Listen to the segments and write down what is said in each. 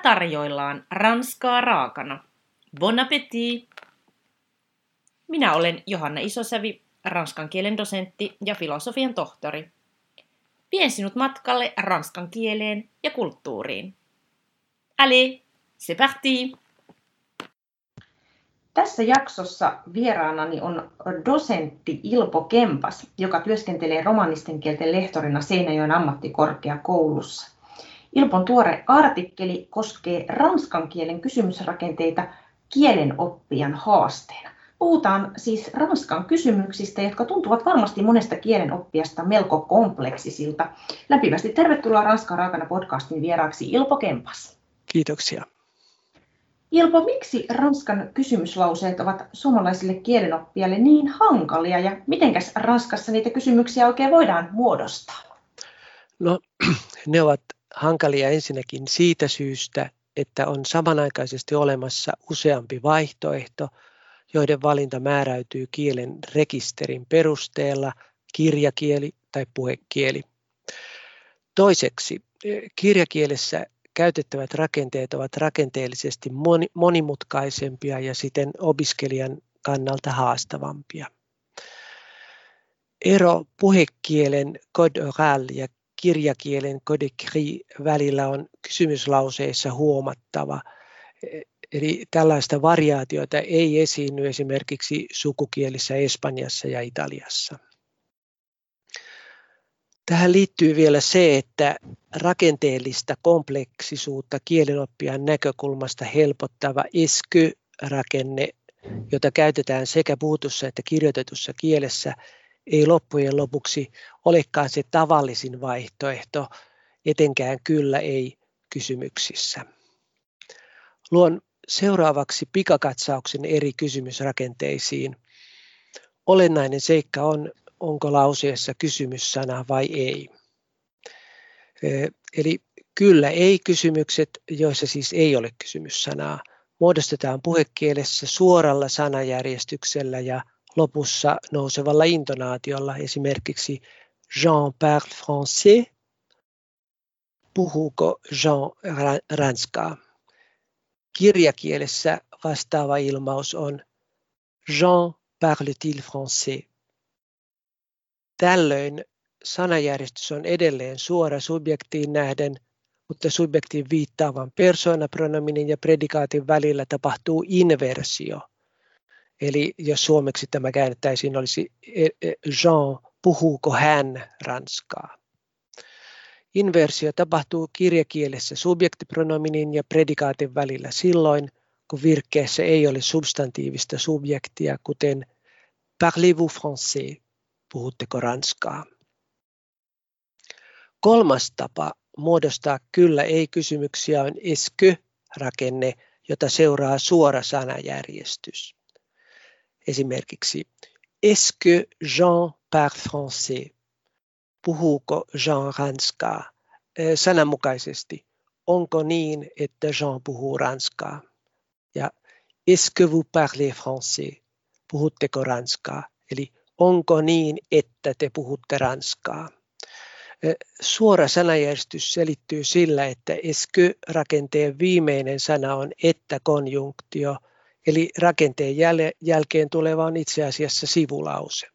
tarjoillaan ranskaa raakana. Bon appétit! Minä olen Johanna Isosävi, ranskan kielen dosentti ja filosofian tohtori. Vien sinut matkalle ranskan kieleen ja kulttuuriin. Allez, c'est parti! Tässä jaksossa vieraanani on dosentti Ilpo Kempas, joka työskentelee romanisten kielten lehtorina Seinäjoen ammattikorkeakoulussa. Ilpon tuore artikkeli koskee ranskan kielen kysymysrakenteita kielenoppijan haasteena. Puhutaan siis ranskan kysymyksistä, jotka tuntuvat varmasti monesta kielenoppijasta melko kompleksisilta. Lämpimästi tervetuloa Ranskan raakana podcastin vieraaksi Ilpo Kempas. Kiitoksia. Ilpo, miksi ranskan kysymyslauseet ovat suomalaisille kielenoppijalle niin hankalia ja mitenkäs Ranskassa niitä kysymyksiä oikein voidaan muodostaa? No, ne ovat hankalia ensinnäkin siitä syystä, että on samanaikaisesti olemassa useampi vaihtoehto, joiden valinta määräytyy kielen rekisterin perusteella, kirjakieli tai puhekieli. Toiseksi, kirjakielessä käytettävät rakenteet ovat rakenteellisesti monimutkaisempia ja siten opiskelijan kannalta haastavampia. Ero puhekielen code oral ja kirjakielen code écrit välillä on kysymyslauseissa huomattava. Eli tällaista variaatiota ei esiinny esimerkiksi sukukielissä Espanjassa ja Italiassa. Tähän liittyy vielä se, että rakenteellista kompleksisuutta kielenoppijan näkökulmasta helpottava est-que-rakenne, jota käytetään sekä puhutussa että kirjoitetussa kielessä, ei loppujen lopuksi olekaan se tavallisin vaihtoehto, etenkään kyllä ei kysymyksissä. Luon seuraavaksi pikakatsauksen eri kysymysrakenteisiin. Olennainen seikka on, onko lauseessa kysymyssana vai ei. Eli kyllä ei kysymykset, joissa siis ei ole kysymyssanaa, muodostetaan puhekielessä suoralla sanajärjestyksellä ja lopussa nousevalla intonaatiolla, esimerkiksi Jean parle français, puhuuko Jean ranskaa. Kirjakielessä vastaava ilmaus on Jean parle-t-il français. Tällöin sanajärjestys on edelleen suora subjektiin nähden, mutta subjektiin viittaavan persoonapronominin ja predikaatin välillä tapahtuu inversio. Eli jos suomeksi tämä käännettäisiin, olisi Jean, puhuuko hän ranskaa. Inversio tapahtuu kirjakielessä subjektipronominin ja predikaatin välillä silloin, kun virkkeessä ei ole substantiivista subjektia, kuten parlez-vous français, puhutteko ranskaa. Kolmas tapa muodostaa kyllä ei kysymyksiä on est-que-rakenne, jota seuraa suora sanajärjestys. Esimerkiksi est-ce que Jean parle français? Puhuuko Jean ranskaa? Sananmukaisesti, onko niin, että Jean puhuu ranskaa? Ja est-ce que vous parlez français? Puhutteko ranskaa? Eli onko niin, että te puhutte ranskaa? Suora sanajärjestys selittyy sillä, että est-ce que-rakenteen viimeinen sana on että-konjunktio, eli rakenteen jälkeen tuleva on itse asiassa sivulause.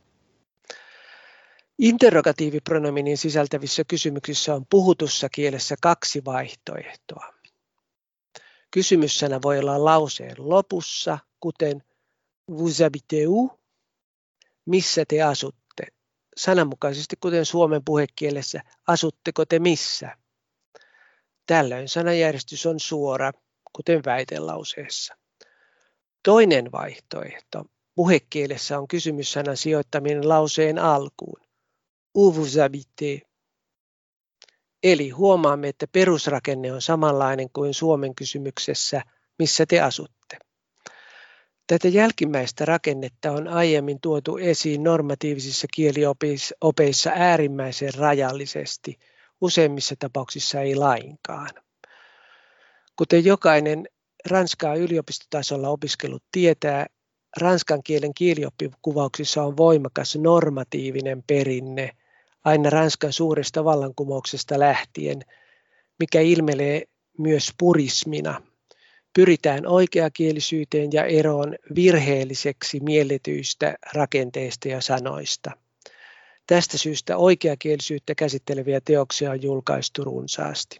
Interrogatiivipronominin sisältävissä kysymyksissä on puhutussa kielessä kaksi vaihtoehtoa. Kysymyssana voi olla lauseen lopussa, kuten vous habitez où? Missä te asutte? Sananmukaisesti kuten suomen puhekielessä, asutteko te missä? Tällöin sanajärjestys on suora, kuten väitelauseessa. Toinen vaihtoehto puhekielessä on kysymyssanan sijoittaminen lauseen alkuun. Où vous habitez? Eli huomaamme, että perusrakenne on samanlainen kuin suomen kysymyksessä, missä te asutte. Tätä jälkimmäistä rakennetta on aiemmin tuotu esiin normatiivisissa kieliopeissa äärimmäisen rajallisesti, useimmissa tapauksissa ei lainkaan. Kuten jokainen ranskaa yliopistotasolla opiskellut tietää, ranskan kielen kielioppikuvauksissa on voimakas normatiivinen perinne aina Ranskan suuresta vallankumouksesta lähtien, mikä ilmenee myös purismina. Pyritään oikeakielisyyteen ja eroon virheelliseksi mielletyistä rakenteista ja sanoista. Tästä syystä oikeakielisyyttä käsitteleviä teoksia on julkaistu runsaasti.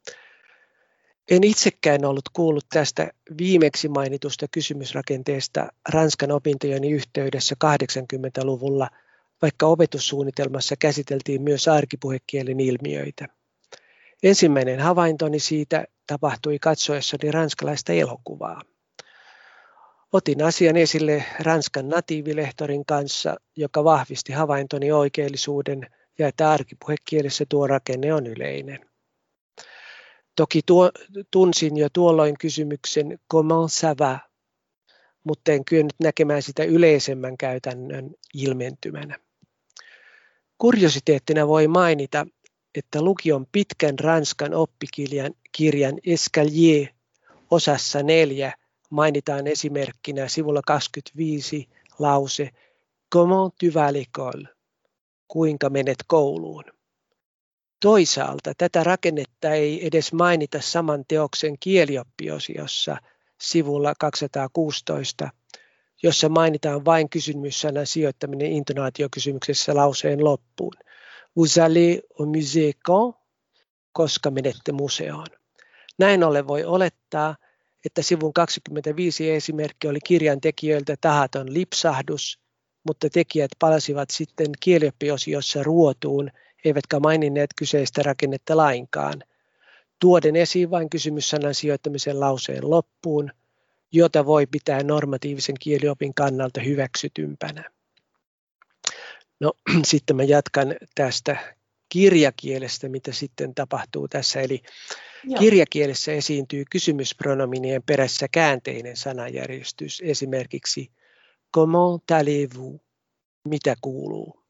En itsekään ollut kuullut tästä viimeksi mainitusta kysymysrakenteesta Ranskan opintojeni yhteydessä 80-luvulla, vaikka opetussuunnitelmassa käsiteltiin myös arkipuhekielen ilmiöitä. Ensimmäinen havaintoni siitä tapahtui katsoessani ranskalaista elokuvaa. Otin asian esille Ranskan natiivilehtorin kanssa, joka vahvisti havaintoni oikeellisuuden ja että arkipuhekielessä tuo rakenne on yleinen. Toki tunsin jo tuolloin kysymyksen comment ça va, mutta en kyennyt näkemään sitä yleisemmän käytännön ilmentymänä. Kuriositeettina voi mainita, että lukion pitkän Ranskan oppikirjan Escalier osassa 4 mainitaan esimerkkinä sivulla 25 lause Comment tu vas à l'école? Kuinka menet kouluun? Toisaalta tätä rakennetta ei edes mainita saman teoksen kielioppiosiossa sivulla 216, jossa mainitaan vain kysymyssanan sijoittaminen intonaatiokysymyksessä lauseen loppuun. Vous allez au musée quand? Koska menette museoon. Näin ollen voi olettaa, että sivun 25 esimerkki oli kirjan tekijöiltä tahaton lipsahdus, mutta tekijät palasivat sitten kielioppi-osiossa ruotuun, eivätkä maininneet kyseistä rakennetta lainkaan, tuoden esiin vain kysymyssanan sijoittamisen lauseen loppuun, jota voi pitää normatiivisen kieliopin kannalta hyväksytympänä. No, sitten mä jatkan tästä kirjakielestä, mitä sitten tapahtuu tässä. Eli kirjakielessä esiintyy kysymyspronominien perässä käänteinen sanajärjestys, esimerkiksi comment allez-vous, mitä kuuluu.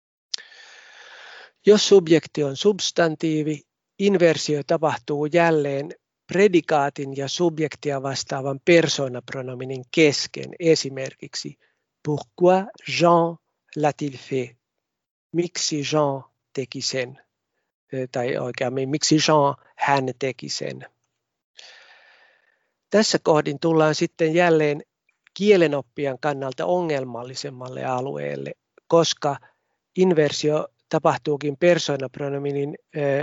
Jos subjekti on substantiivi, inversio tapahtuu jälleen predikaatin ja subjektia vastaavan persoonapronominin kesken, esimerkiksi pourquoi Jean l'a-t-il fait? Miksi Jean teki sen? Tai oikeammin, miksi hän teki sen? Tässä kohdin tullaan sitten jälleen kielenoppijan kannalta ongelmallisemmalle alueelle, koska inversio tapahtuukin persoonapronominin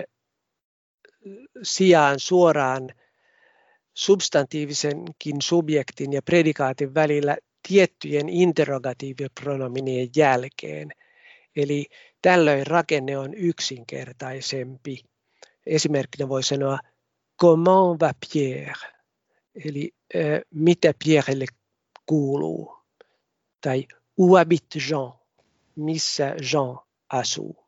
sijaan suoraan substantiivisenkin subjektin ja predikaatin välillä tiettyjen interrogatiivipronominien jälkeen. Eli tällöin rakenne on yksinkertaisempi. Esimerkkinä voi sanoa comment va Pierre, eli mitä Pierrelle kuuluu, tai où habite Jean, missä Jean asuu.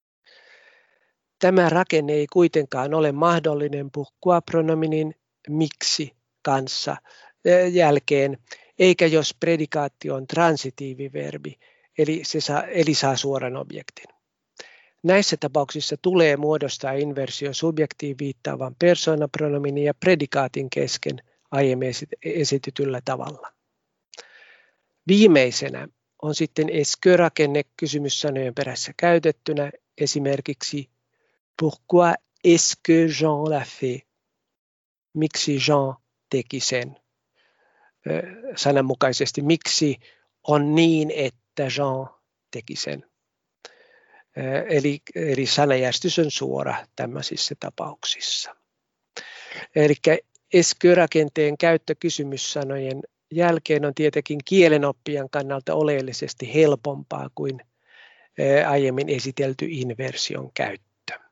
Tämä rakenne ei kuitenkaan ole mahdollinen pourquoi-pronominin miksi kanssa jälkeen, eikä jos predikaatti on transitiiviverbi, eli saa suoran objektin. Näissä tapauksissa tulee muodostaa inversio subjektiin viittaavan persoonapronominin ja predikaatin kesken aiemmin esitetyllä tavalla. Viimeisenä on sitten est-ce-rakenne kysymyssanojen perässä käytettynä, esimerkiksi pourquoi est-ce que Jean l'a fait? Miksi Jean teki sen? Sananmukaisesti, miksi on niin, että Jean teki sen? Eli sanajärjestys on suora tämmöisissä tapauksissa. Eli est-ce-rakenteen käyttö kysymyssanojen jälkeen on tietenkin kielenoppijan kannalta oleellisesti helpompaa kuin aiemmin esitelty inversion käyttö.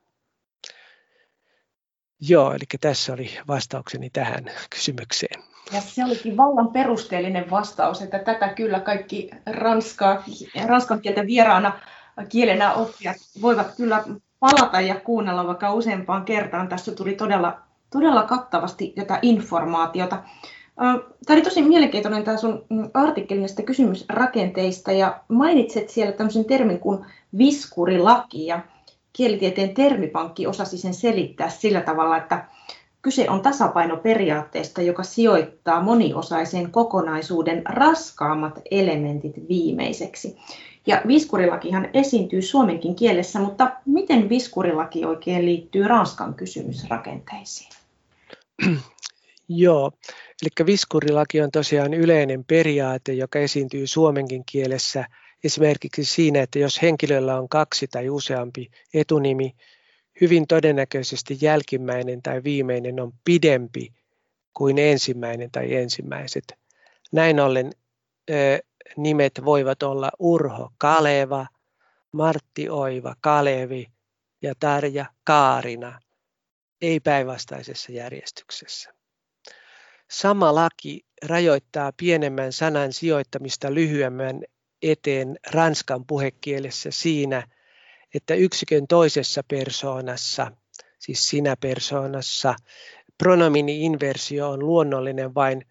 Joo, eli tässä oli vastaukseni tähän kysymykseen. Ja se olikin vallan perusteellinen vastaus, että tätä kyllä kaikki ranskan kieltä vieraana kielenä oppijat voivat kyllä palata ja kuunnella vaikka useampaan kertaan. Tässä tuli todella kattavasti tätä informaatiota. Tämä oli tosi mielenkiintoinen tämä sun artikkeli näistä kysymysrakenteista ja mainitset siellä tämmöisen termin kuin viskurilaki ja kielitieteen termipankki osasi sen selittää sillä tavalla, että kyse on tasapainoperiaatteesta, joka sijoittaa moniosaisen kokonaisuuden raskaammat elementit viimeiseksi. Ja viskurilakihan esiintyy suomenkin kielessä, mutta miten viskurilaki oikein liittyy ranskan kysymysrakenteisiin? Joo, eli viskurilaki on tosiaan yleinen periaate, joka esiintyy suomenkin kielessä esimerkiksi siinä, että jos henkilöllä on 2 tai useampi etunimi, hyvin todennäköisesti jälkimmäinen tai viimeinen on pidempi kuin ensimmäinen tai ensimmäiset. Näin ollen nimet voivat olla Urho Kaleva, Martti Oiva Kalevi ja Tarja Kaarina, ei päinvastaisessa järjestyksessä. Sama laki rajoittaa pienemmän sanan sijoittamista lyhyemmän eteen ranskan puhekielessä siinä, että yksikön toisessa persoonassa, siis sinä persoonassa, pronomiini-inversio on luonnollinen vain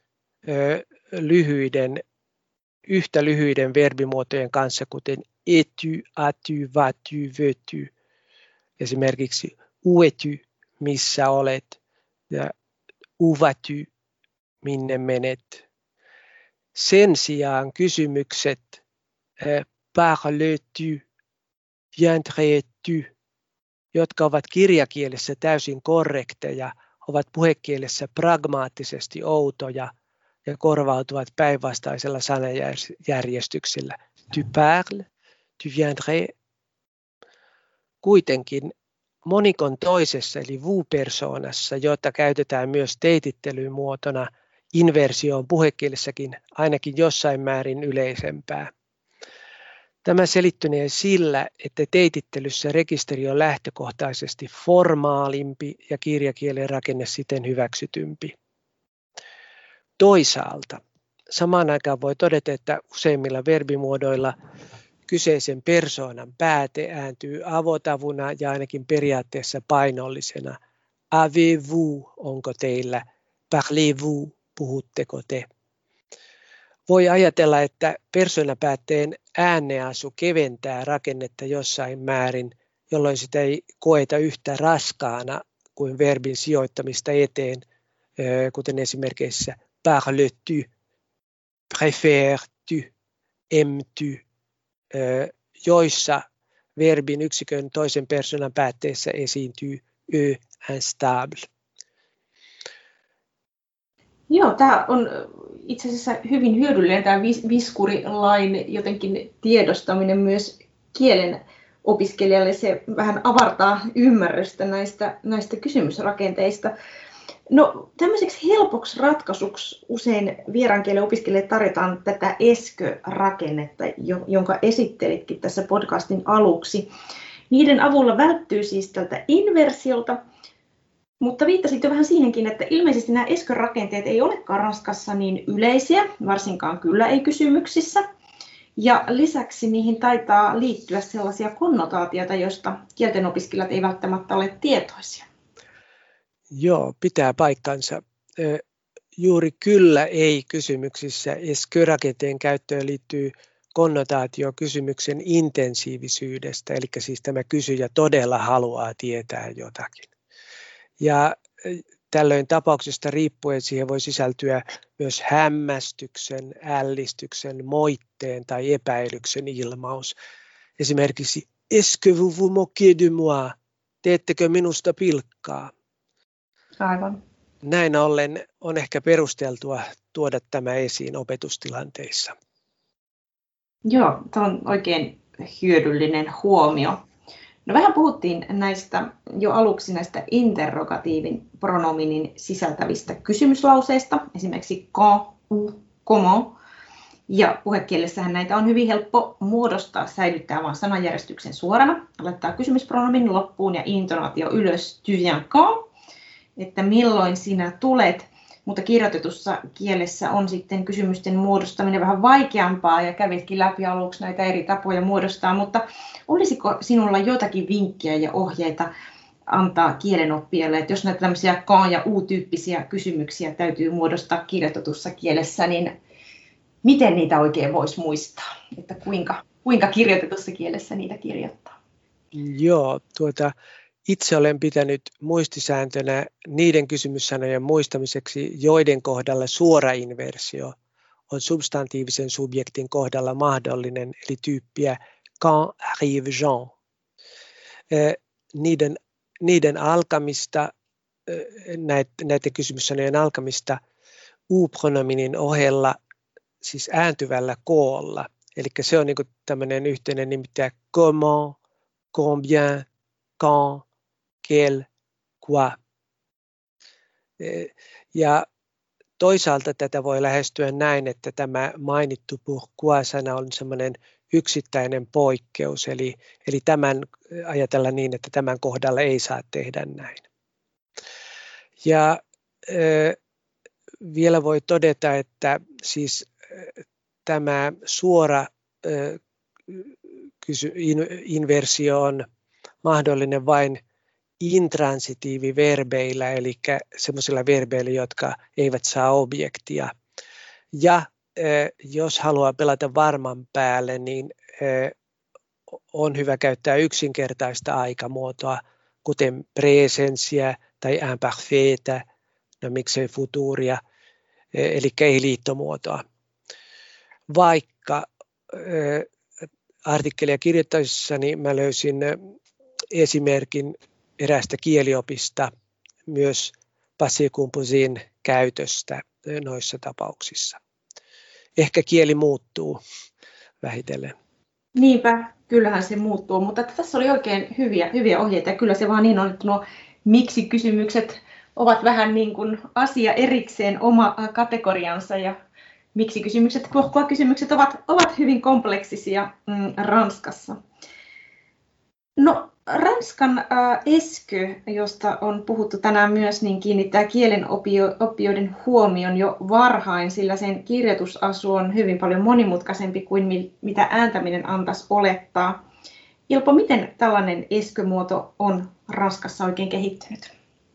yhtä lyhyiden verbimuotojen kanssa, kuten es-tu, as-tu, vas-tu, veux-tu. Esimerkiksi où es-tu, missä olet, ja où vas-tu, minne menet. Sen sijaan kysymykset parles-tu, viendrais-tu, jotka ovat kirjakielessä täysin korrekteja, ovat puhekielessä pragmaattisesti outoja ja korvautuvat päinvastaisella sanajärjestyksellä. Tu parles, tu viendrais. Kuitenkin monikon toisessa eli vous-persoonassa, jota käytetään myös teitittelymuotona, inversio on puhekielessäkin ainakin jossain määrin yleisempää. Tämä selittynee sillä, että teitittelyssä rekisteri on lähtökohtaisesti formaalimpi ja kirjakielen rakenne siten hyväksytympi. Toisaalta samaan aikaan voi todeta, että useimmilla verbimuodoilla kyseisen persoonan pääte ääntyy avotavuna ja ainakin periaatteessa painollisena. Avez-vous, onko teillä? Parlez-vous, puhutteko te? Voi ajatella, että persoonapäätteen ääneasu keventää rakennetta jossain määrin, jolloin sitä ei koeta yhtä raskaana kuin verbin sijoittamista eteen, kuten esimerkiksi parles-tu, préfères-tu, aimes-tu, joissa verbin yksikön toisen persoonan päätteessä esiintyy ö instable. Joo, tämä on itse asiassa hyvin hyödyllinen tämä viskurilain jotenkin tiedostaminen myös kielen opiskelijalle. Se vähän avartaa ymmärrystä näistä kysymysrakenteista. No, tämmöiseksi helpoksi ratkaisuksi usein vieraan kielen opiskelijoille tarjotaan tätä eskö-rakennetta, jonka esittelitkin tässä podcastin aluksi. Niiden avulla välttyy siis tältä inversiolta, mutta viittasit jo vähän siihenkin, että ilmeisesti nämä eskö-rakenteet ei olekaan Ranskassa niin yleisiä, varsinkaan kyllä ei kysymyksissä. Ja lisäksi niihin taitaa liittyä sellaisia konnotaatioita, joista kielten opiskelijat ei välttämättä ole tietoisia. Joo, pitää paikkansa. Juuri kyllä ei kysymyksissä eskö-rakenteen käyttöön liittyy konnotaatio kysymyksen intensiivisyydestä, eli siis tämä kysyjä todella haluaa tietää jotakin. Ja tällöin tapauksesta riippuen siihen voi sisältyä myös hämmästyksen, ällistyksen, moitteen tai epäilyksen ilmaus. Esimerkiksi, est-ce que vous vous moquez de moi? Teettekö minusta pilkkaa? Aivan. Näin ollen on ehkä perusteltua tuoda tämä esiin opetustilanteissa. Joo, tämä on oikein hyödyllinen huomio. No, vähän puhuttiin jo aluksi näistä interrogatiivin pronominin sisältävistä kysymyslauseista, esimerkiksi quand, où, comment. Ja puhekielessähän näitä on hyvin helppo muodostaa, säilyttää vain sanajärjestyksen suorana, laittaa kysymyspronomin loppuun ja intonaatio ylös, tu viens quand, että milloin sinä tulet. Mutta kirjoitetussa kielessä on sitten kysymysten muodostaminen vähän vaikeampaa ja kävitkin läpi aluksi näitä eri tapoja muodostaa, mutta olisiko sinulla jotakin vinkkiä ja ohjeita antaa kielenoppijalle, että jos näitä tämmöisiä quand- ja u-tyyppisiä kysymyksiä täytyy muodostaa kirjoitetussa kielessä, niin miten niitä oikein voisi muistaa, että kuinka kirjoitetussa kielessä niitä kirjoittaa? Joo, itse olen pitänyt muistisääntönä niiden kysymyssanojen muistamiseksi, joiden kohdalla suora inversio on substantiivisen subjektin kohdalla mahdollinen, eli tyyppiä quand arrive Jean. Niiden alkamista näiden kysymyssanojen alkamista u-pronominin ohella, siis ääntyvällä koolla. Eli se on niin kuin tämmöinen yhteinen nimittäjä comment, combien, quand, quel, quoi. Ja toisaalta tätä voi lähestyä näin, että tämä mainittu pourquoi-sana on semmoinen yksittäinen poikkeus, eli tämän ajatella niin, että tämän kohdalla ei saa tehdä näin. Ja vielä voi todeta, että siis tämä suora inversio on mahdollinen vain intransitiiviverbeillä, eli sellaisilla verbeillä, jotka eivät saa objektia. Ja jos haluaa pelata varman päälle, niin on hyvä käyttää yksinkertaista aikamuotoa, kuten presenssiä tai imparfaita, no miksei futuria, eli ei liittomuotoa. Vaikka artikkelia kirjoittaessani mä löysin esimerkin eräästä kieliopista myös passé composén käytöstä noissa tapauksissa. Ehkä kieli muuttuu vähitellen. Niinpä, kyllähän se muuttuu, mutta tässä oli oikein hyviä ohjeita ja kyllä se vaan niin on, että nuo miksi-kysymykset ovat vähän niin kuin asia erikseen oma kategoriansa ja miksi-kysymykset, pourquoi-kysymykset ovat hyvin kompleksisia Ranskassa. No, Ranskan eskö, josta on puhuttu tänään myös, niin kiinnittää kielenoppijoiden huomion jo varhain, sillä sen kirjoitusasu on hyvin paljon monimutkaisempi kuin mitä ääntäminen antaisi olettaa. Ilpo, miten tällainen eskömuoto on Ranskassa oikein kehittynyt?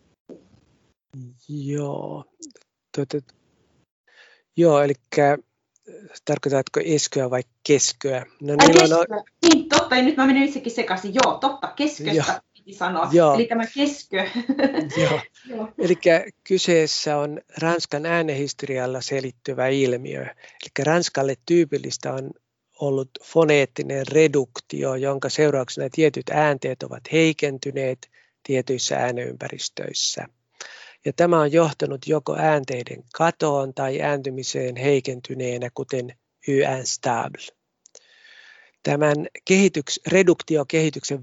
Joo, eli tarkoitatko esköä vai kesköä? No, Niin, totta, ja nyt mä menen itsekin sekaisin. Joo, totta, kesköstä piti sanoa. Joo. Eli tämä keskö. Joo. Eli kyseessä on Ranskan äänehistorialla selittyvä ilmiö. Eli Ranskalle tyypillistä on ollut foneettinen reduktio, jonka seurauksena tietyt äänteet ovat heikentyneet tietyissä ääneympäristöissä. Ja tämä on johtanut joko äänteiden katoon tai ääntymiseen heikentyneenä, kuten instable. Tämän reduktiokehityksen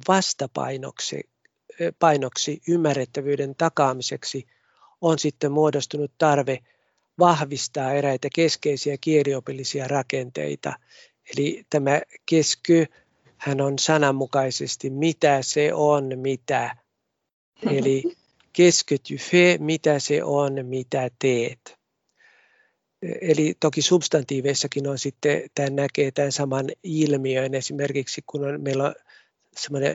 vastapainoksi ymmärrettävyyden takaamiseksi on sitten muodostunut tarve vahvistaa eräitä keskeisiä kieliopillisia rakenteita. Eli tämä kesky, hän on sananmukaisesti mitä se on, mitä. Eli qu'est-ce que tu fais, mitä se on, mitä teet. Eli toki substantiiveissakin on sitten, tämä näkee tämän saman ilmiön. Esimerkiksi kun meillä on semmoinen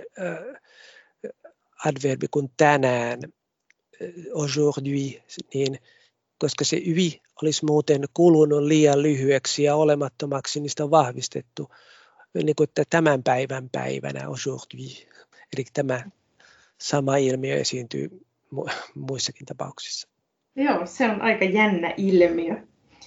adverbi kuin tänään, aujourd'hui, niin koska se y olisi muuten kulunut liian lyhyeksi ja olemattomaksi, niin sitä on vahvistettu niin kuin, että tämän päivän päivänä, aujourd'hui. Eli tämä sama ilmiö esiintyy muissakin tapauksissa. Joo, se on aika jännä ilmiö.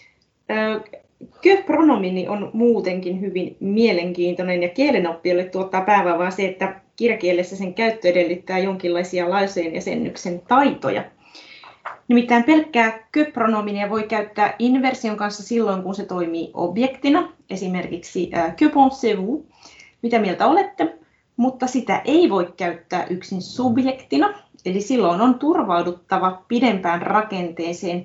Que-pronomini on muutenkin hyvin mielenkiintoinen ja kielenoppijoille tuottaa päänvaivaa se, että kirjakielessä sen käyttö edellyttää jonkinlaisia lauseen jäsennyksen taitoja. Nimittäin pelkkää que-pronominia voi käyttää inversion kanssa silloin, kun se toimii objektina, esimerkiksi que pensez-vous, mitä mieltä olette, mutta sitä ei voi käyttää yksin subjektina, eli silloin on turvauduttava pidempään rakenteeseen,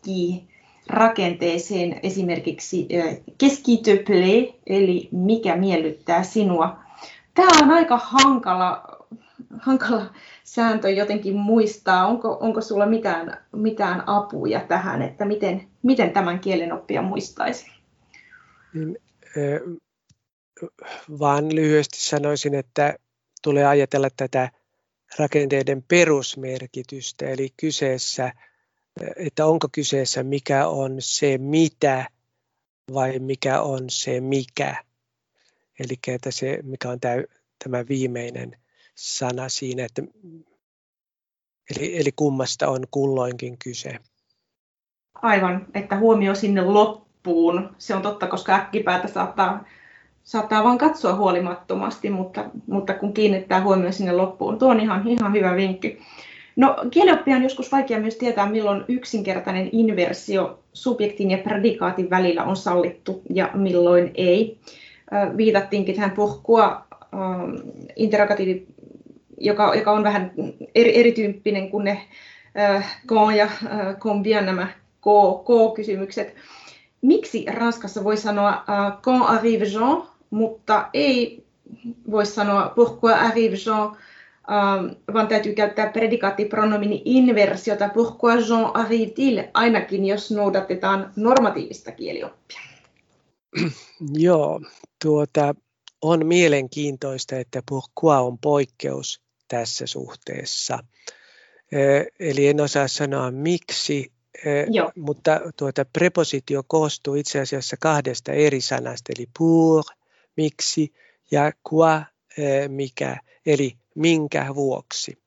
keskirakenteeseen, esimerkiksi qu'est-ce qui te plaît, eli mikä miellyttää sinua. Tämä on aika hankala sääntö jotenkin muistaa. Onko sulla mitään apuja tähän, että miten tämän kielenoppija muistaisi? Vaan lyhyesti sanoisin, että tulee ajatella tätä rakenteiden perusmerkitystä, eli kyseessä, että onko kyseessä mikä on se mitä vai mikä on se mikä. Eli että se mikä on tämä viimeinen sana siinä, että eli kummasta on kulloinkin kyse. Aivan, että huomio sinne loppuun. Se on totta, koska äkkipäätä saattaa vain katsoa huolimattomasti, mutta kun kiinnittää huomioon sinne loppuun, tuo on ihan hyvä vinkki. No, kielioppia on joskus vaikea myös tietää, milloin yksinkertainen inversio subjektin ja predikaatin välillä on sallittu ja milloin ei. Viitattiinkin tähän pourquoi interrogatiivi, joka on vähän erityyppinen kuin ne quand ja combien nämä K-kysymykset. Miksi Ranskassa voi sanoa quand arrive Jean, mutta ei voi sanoa pourquoi arrive Jean, vaan täytyy käyttää predikaattipronomini inversiota pourquoi Jean arrive-t-il, ainakin jos noudatetaan normatiivista kielioppia. Joo, on mielenkiintoista, että pourquoi on poikkeus tässä suhteessa. Eli en osaa sanoa miksi, mutta prepositio koostuu itse asiassa kahdesta eri sanasta, eli pour, miksi, ja quoi, mikä, eli minkä vuoksi.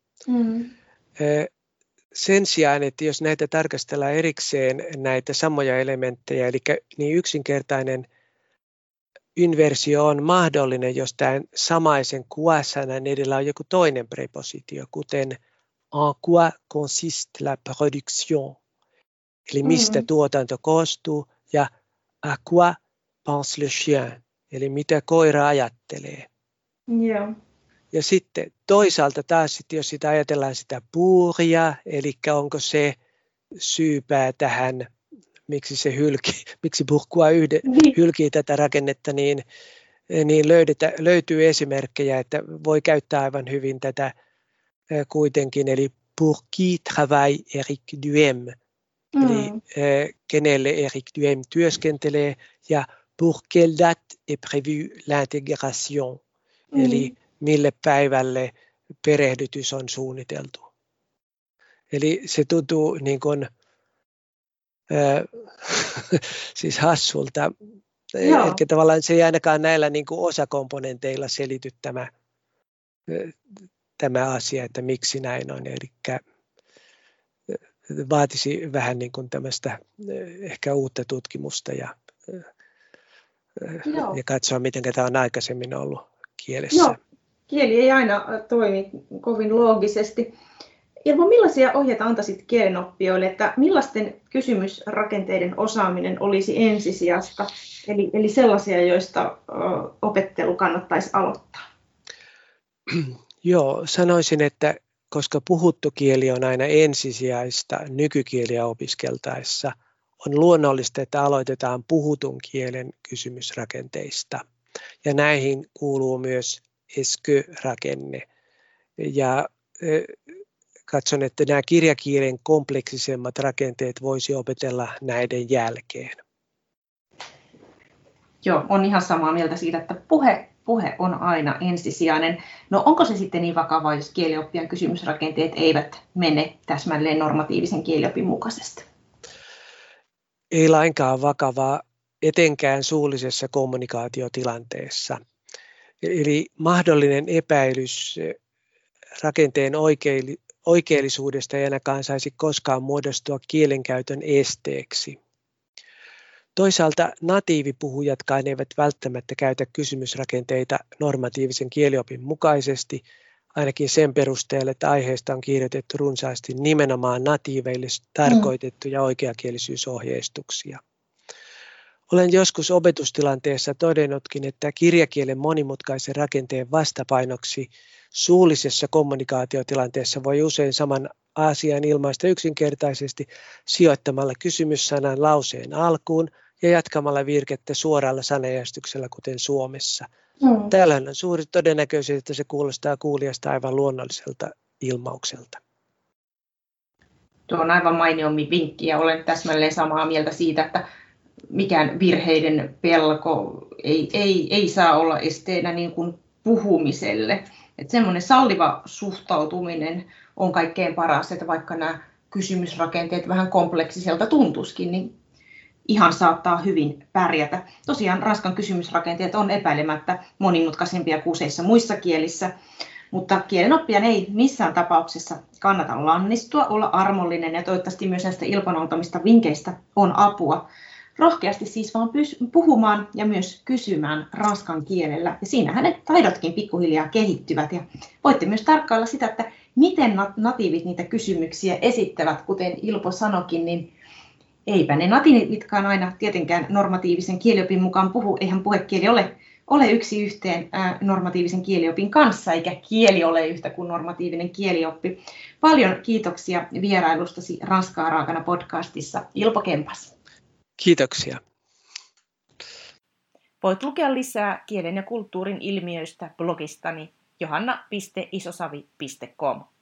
Sen sijaan, että jos näitä tarkastellaan erikseen näitä samoja elementtejä, eli niin yksinkertainen inversio on mahdollinen, jos tämän samaisen quoi-sanan edellä on joku toinen prepositio, kuten en quoi consiste la production, eli mistä tuotanto koostuu, ja à quoi pense le chien, eli mitä koira ajattelee. Yeah. Ja sitten toisaalta taas, jos sitä ajatellaan sitä puuria, eli onko se syypää tähän, miksi pourquoi hylkii tätä rakennetta, niin löytyy esimerkkejä, että voi käyttää aivan hyvin tätä kuitenkin, eli pour qui travaille Eric Duhem, eli kenelle Eric Duhem työskentelee, ja pour quelle date est prévue l'intégration, eli mille päivälle perehdytys on suunniteltu. Eli se tuntuu niin kuin, siis hassulta. Ehkä tavallaan se ei ainakaan näillä niin kuin osakomponenteilla selity tämä asia, että miksi näin on. Eli vaatisi vähän niin kuin tämmöistä ehkä uutta tutkimusta ja katsoa, miten tämä on aikaisemmin ollut kielessä. Joo. Kieli ei aina toimi kovin loogisesti. Ilvo, millaisia ohjeita antaisit kielenoppijoille, että millaisten kysymysrakenteiden osaaminen olisi ensisijasta, eli sellaisia, joista opettelu kannattaisi aloittaa? Joo, sanoisin, että koska puhuttu kieli on aina ensisijaista nykykieliä opiskeltaessa, on luonnollista, että aloitetaan puhutun kielen kysymysrakenteista. Ja näihin kuuluu myös est-ce-rakenne. Ja katson, että nämä kirjakielen kompleksisemmat rakenteet voisi opetella näiden jälkeen. Joo, on ihan samaa mieltä siitä, että puhe on aina ensisijainen. No onko se sitten niin vakavaa, jos kielioppijan kysymysrakenteet eivät mene täsmälleen normatiivisen kieliopin mukaisesti? Ei lainkaan vakavaa, etenkään suullisessa kommunikaatiotilanteessa. Eli mahdollinen epäilys rakenteen oikeellisuudesta ei ainakaan saisi koskaan muodostua kielenkäytön esteeksi. Toisaalta natiivipuhujatkaan eivät välttämättä käytä kysymysrakenteita normatiivisen kieliopin mukaisesti, ainakin sen perusteella, että aiheesta on kirjoitettu runsaasti nimenomaan natiiveille tarkoitettuja oikeakielisyysohjeistuksia. Olen joskus opetustilanteessa todennutkin, että kirjakielen monimutkaisen rakenteen vastapainoksi suullisessa kommunikaatiotilanteessa voi usein saman asian ilmaista yksinkertaisesti sijoittamalla kysymyssanan lauseen alkuun ja jatkamalla virkettä suoralla sanajärjestyksellä, kuten Suomessa. Tällöin on suuri todennäköisyys, että se kuulostaa kuulijasta aivan luonnolliselta ilmaukselta. Tuo on aivan mainio vinkki ja olen täsmälleen samaa mieltä siitä, että mikään virheiden pelko ei saa olla esteenä niin kuin puhumiselle. Että semmoinen salliva suhtautuminen on kaikkein paras, että vaikka nämä kysymysrakenteet vähän kompleksiselta tuntuisikin, niin ihan saattaa hyvin pärjätä. Tosiaan Ranskan kysymysrakenteet on epäilemättä monimutkaisempia kuin useissa muissa kielissä, mutta kielenoppijan ei missään tapauksessa kannata lannistua, olla armollinen ja toivottavasti myös näistä ilpon antamista vinkkeistä on apua. rohkeasti siis vaan puhumaan ja myös kysymään ranskan kielellä. Ja siinä hänen taidotkin pikkuhiljaa kehittyvät. Ja voitte myös tarkkailla sitä, että miten natiivit niitä kysymyksiä esittävät, kuten Ilpo sanokin, niin eipä ne natiivitkaan aina tietenkään normatiivisen kieliopin mukaan puhu. Eihän puhekieli ole yksi yhteen normatiivisen kieliopin kanssa, eikä kieli ole yhtä kuin normatiivinen kielioppi. Paljon kiitoksia vierailustasi Ranskaa raakana podcastissa, Ilpo Kempas. Kiitoksia. Voit lukea lisää kielen ja kulttuurin ilmiöistä blogistani johanna.isosavi.com.